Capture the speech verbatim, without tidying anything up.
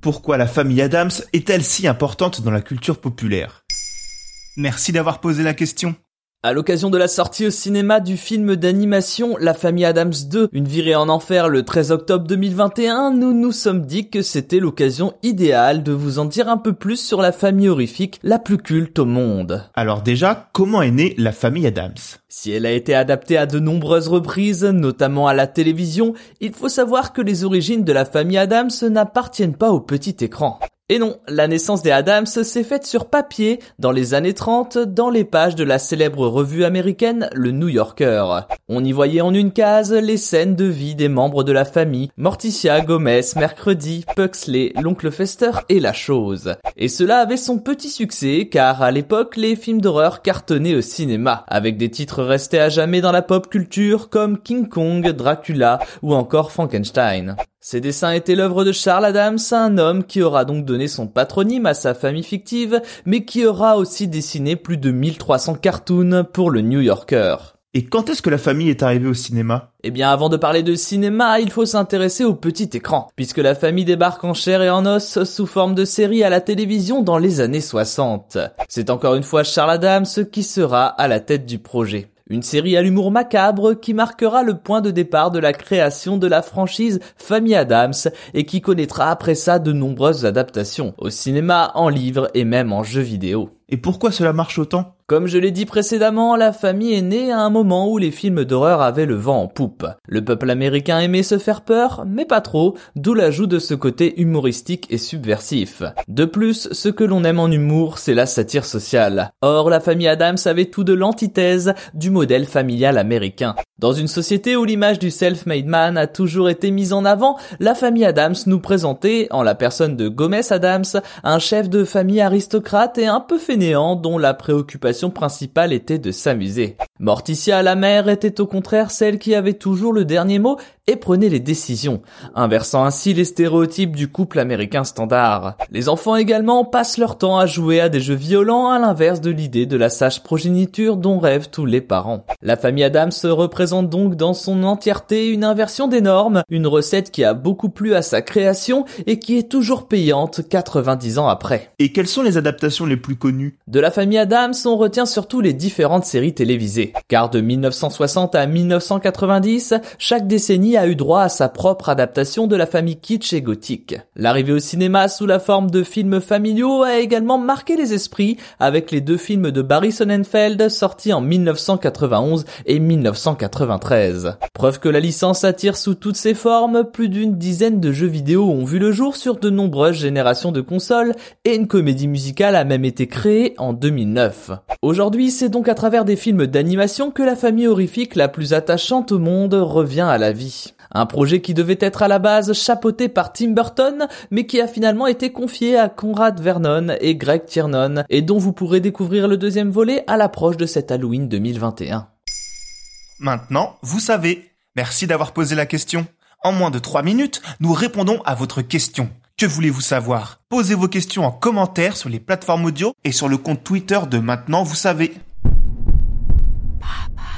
Pourquoi la famille Addams est-elle si importante dans la culture populaire ? Merci d'avoir posé la question. À l'occasion de la sortie au cinéma du film d'animation La famille Addams deux, une virée en enfer le treize octobre deux mille vingt et un, nous nous sommes dit que c'était l'occasion idéale de vous en dire un peu plus sur la famille horrifique la plus culte au monde. Alors déjà, comment est née la famille Addams ? Si elle a été adaptée à de nombreuses reprises, notamment à la télévision, il faut savoir que les origines de la famille Addams n'appartiennent pas au petit écran. Et non, la naissance des Addams s'est faite sur papier dans les années trente dans les pages de la célèbre revue américaine Le New Yorker. On y voyait en une case les scènes de vie des membres de la famille, Morticia, Gomez, Mercredi, Pugsley, l'oncle Fester et la chose. Et cela avait son petit succès car à l'époque les films d'horreur cartonnaient au cinéma, avec des titres restés à jamais dans la pop culture comme King Kong, Dracula ou encore Frankenstein. Ces dessins étaient l'œuvre de Charles Addams, un homme qui aura donc donné son patronyme à sa famille fictive, mais qui aura aussi dessiné plus de mille trois cents cartoons pour le New Yorker. Et quand est-ce que la famille est arrivée au cinéma ? Eh bien, avant de parler de cinéma, il faut s'intéresser au petit écran, puisque la famille débarque en chair et en os sous forme de série à la télévision dans les années soixante. C'est encore une fois Charles Addams qui sera à la tête du projet. Une série à l'humour macabre qui marquera le point de départ de la création de la franchise Famille Addams et qui connaîtra après ça de nombreuses adaptations, au cinéma, en livre et même en jeux vidéo. Et pourquoi cela marche autant ? Comme je l'ai dit précédemment, la famille est née à un moment où les films d'horreur avaient le vent en poupe. Le peuple américain aimait se faire peur, mais pas trop, d'où l'ajout de ce côté humoristique et subversif. De plus, ce que l'on aime en humour, c'est la satire sociale. Or, la famille Addams avait tout de l'antithèse du modèle familial américain. Dans une société où l'image du self-made man a toujours été mise en avant, la famille Addams nous présentait, en la personne de Gomez Addams, un chef de famille aristocrate et un peu fainéant dont la préoccupation principale était de s'amuser. Morticia, la mère, était au contraire celle qui avait toujours le dernier mot et prenait les décisions, inversant ainsi les stéréotypes du couple américain standard. Les enfants également passent leur temps à jouer à des jeux violents à l'inverse de l'idée de la sage progéniture dont rêvent tous les parents. La famille Addams représente donc dans son entièreté une inversion des normes, une recette qui a beaucoup plu à sa création et qui est toujours payante quatre-vingt-dix ans après. Et quelles sont les adaptations les plus connues ? De la famille Addams, on retient surtout les différentes séries télévisées, car de mille neuf cent soixante à mille neuf cent quatre-vingt-dix, chaque décennie a eu droit à sa propre adaptation de la famille kitsch et gothique. L'arrivée au cinéma sous la forme de films familiaux a également marqué les esprits avec les deux films de Barry Sonnenfeld sortis en mille neuf cent quatre-vingt-onze et mille neuf cent quatre-vingt-treize. Preuve que la licence attire sous toutes ses formes, plus d'une dizaine de jeux vidéo ont vu le jour sur de nombreuses générations de consoles et une comédie musicale a même été créée en deux mille neuf. Aujourd'hui, c'est donc à travers des films d'animation que la famille horrifique la plus attachante au monde revient à la vie. Un projet qui devait être à la base chapeauté par Tim Burton, mais qui a finalement été confié à Conrad Vernon et Greg Tiernan, et dont vous pourrez découvrir le deuxième volet à l'approche de cet Halloween deux mille vingt et un. Maintenant, vous savez. Merci d'avoir posé la question. En moins de trois minutes, nous répondons à votre question. Que voulez-vous savoir ? Posez vos questions en commentaire sur les plateformes audio et sur le compte Twitter de Maintenant, vous savez. Papa.